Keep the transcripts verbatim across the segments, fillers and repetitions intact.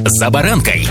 «За баранкой».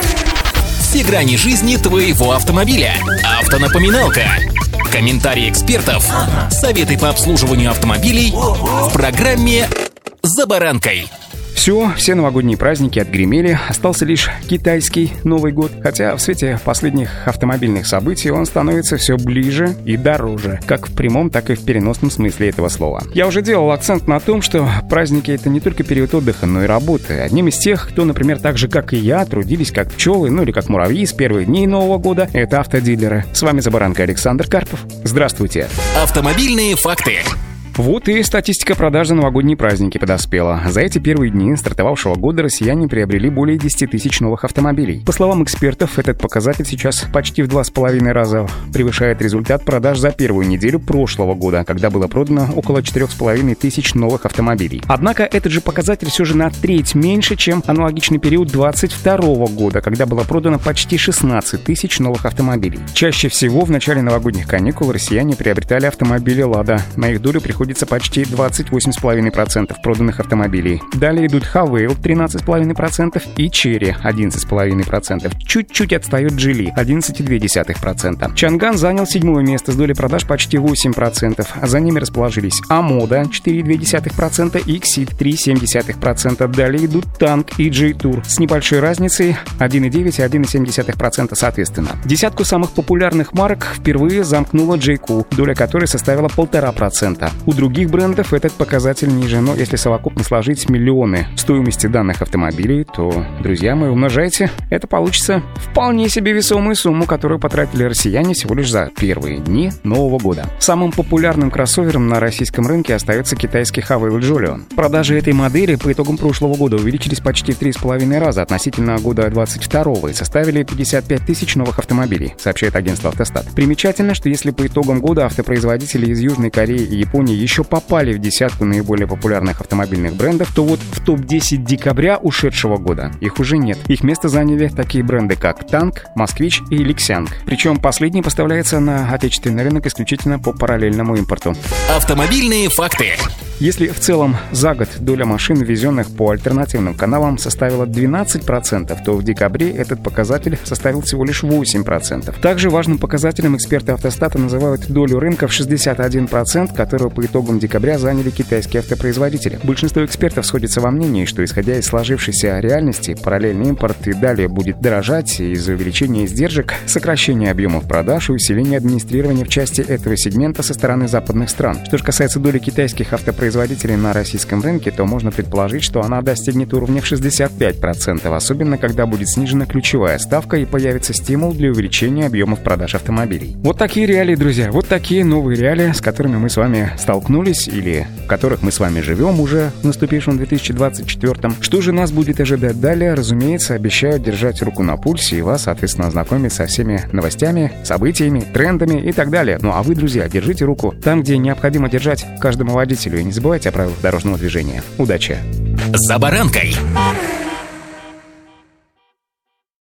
Все грани жизни твоего автомобиля. Автонапоминалка. Комментарии экспертов. Советы по обслуживанию автомобилей в программе «За баранкой». Все, все новогодние праздники отгремели, остался лишь китайский Новый год. Хотя в свете последних автомобильных событий он становится все ближе и дороже, как в прямом, так и в переносном смысле этого слова. Я уже делал акцент на том, что праздники — это не только период отдыха, но и работы. Одним из тех, кто, например, так же, как и я, трудились как пчелы, ну или как муравьи с первых дней Нового года, это автодилеры. С вами «За баранкой» Александр Карпов. Здравствуйте. Автомобильные факты. Вот и статистика продаж за новогодние праздники подоспела. За эти первые дни стартовавшего года россияне приобрели более десять тысяч новых автомобилей. По словам экспертов, этот показатель сейчас почти в два с половиной раза превышает результат продаж за первую неделю прошлого года, когда было продано около четырех с половиной тысяч новых автомобилей. Однако этот же показатель все же на треть меньше, чем аналогичный период двадцать второго года, когда было продано почти шестнадцать тысяч новых автомобилей. Чаще всего в начале новогодних каникул россияне приобретали автомобили «Лада». На их долю приходит почти двадцать восемь целых пять десятых процента проданных автомобилей. Далее идут Хавейл тринадцать целых пять десятых процента и Черри одиннадцать целых пять десятых процента. Чуть-чуть отстает Джили одиннадцать целых две десятых процента. Чанган занял седьмое место с долей продаж почти восемь процентов. А за ними расположились Амода четыре целых две десятых процента и Ксид три целых семь десятых процента. Далее идут Танк и Джей-Тур с небольшой разницей один целых девять и один целых семь десятых процента соответственно. Десятку самых популярных марок впервые замкнула Джей-Ку, доля которой составила полтора процента. У других брендов этот показатель ниже, но если совокупно сложить миллионы стоимости данных автомобилей, то, друзья мои, умножайте, это получится вполне себе весомую сумму, которую потратили россияне всего лишь за первые дни Нового года. Самым популярным кроссовером на российском рынке остается китайский Хавейл Джолион. Продажи этой модели по итогам прошлого года увеличились почти в три с половиной раза относительно года двадцать второго и составили пятьдесят пять тысяч новых автомобилей, сообщает агентство «Автостат». Примечательно, что если по итогам года автопроизводители из Южной Кореи и Японии еще попали в десятку наиболее популярных автомобильных брендов, то вот в топ десять декабря ушедшего года их уже нет. Их место заняли такие бренды, как Танк, Москвич и Лексянг. Причем последний поставляется на отечественный рынок исключительно по параллельному импорту. Автомобильные факты. Если в целом за год доля машин, ввезенных по альтернативным каналам, составила двенадцать процентов, то в декабре этот показатель составил всего лишь восемь процентов. Также важным показателем эксперты «Автостата» называют долю рынка в шестьдесят один процент, которую по итогам декабря заняли китайские автопроизводители. Большинство экспертов сходится во мнении, что, исходя из сложившейся реальности, параллельный импорт и далее будет дорожать из-за увеличения издержек, сокращения объемов продаж и усиления администрирования в части этого сегмента со стороны западных стран. Что же касается доли китайских автопроизводителей на российском рынке, то можно предположить, что она достигнет уровня в шестьдесят пять процентов, особенно когда будет снижена ключевая ставка и появится стимул для увеличения объемов продаж автомобилей. Вот такие реалии, друзья, вот такие новые реалии, с которыми мы с вами столкнулись или в которых мы с вами живем уже в наступившем две тысячи двадцать четвёртом. Что же нас будет ожидать далее? Разумеется, обещаю держать руку на пульсе и вас, соответственно, ознакомить со всеми новостями, событиями, трендами и так далее. Ну а вы, друзья, держите руку там, где необходимо держать каждому водителю, и не забывайте о правилах дорожного движения. Удачи! «За баранкой».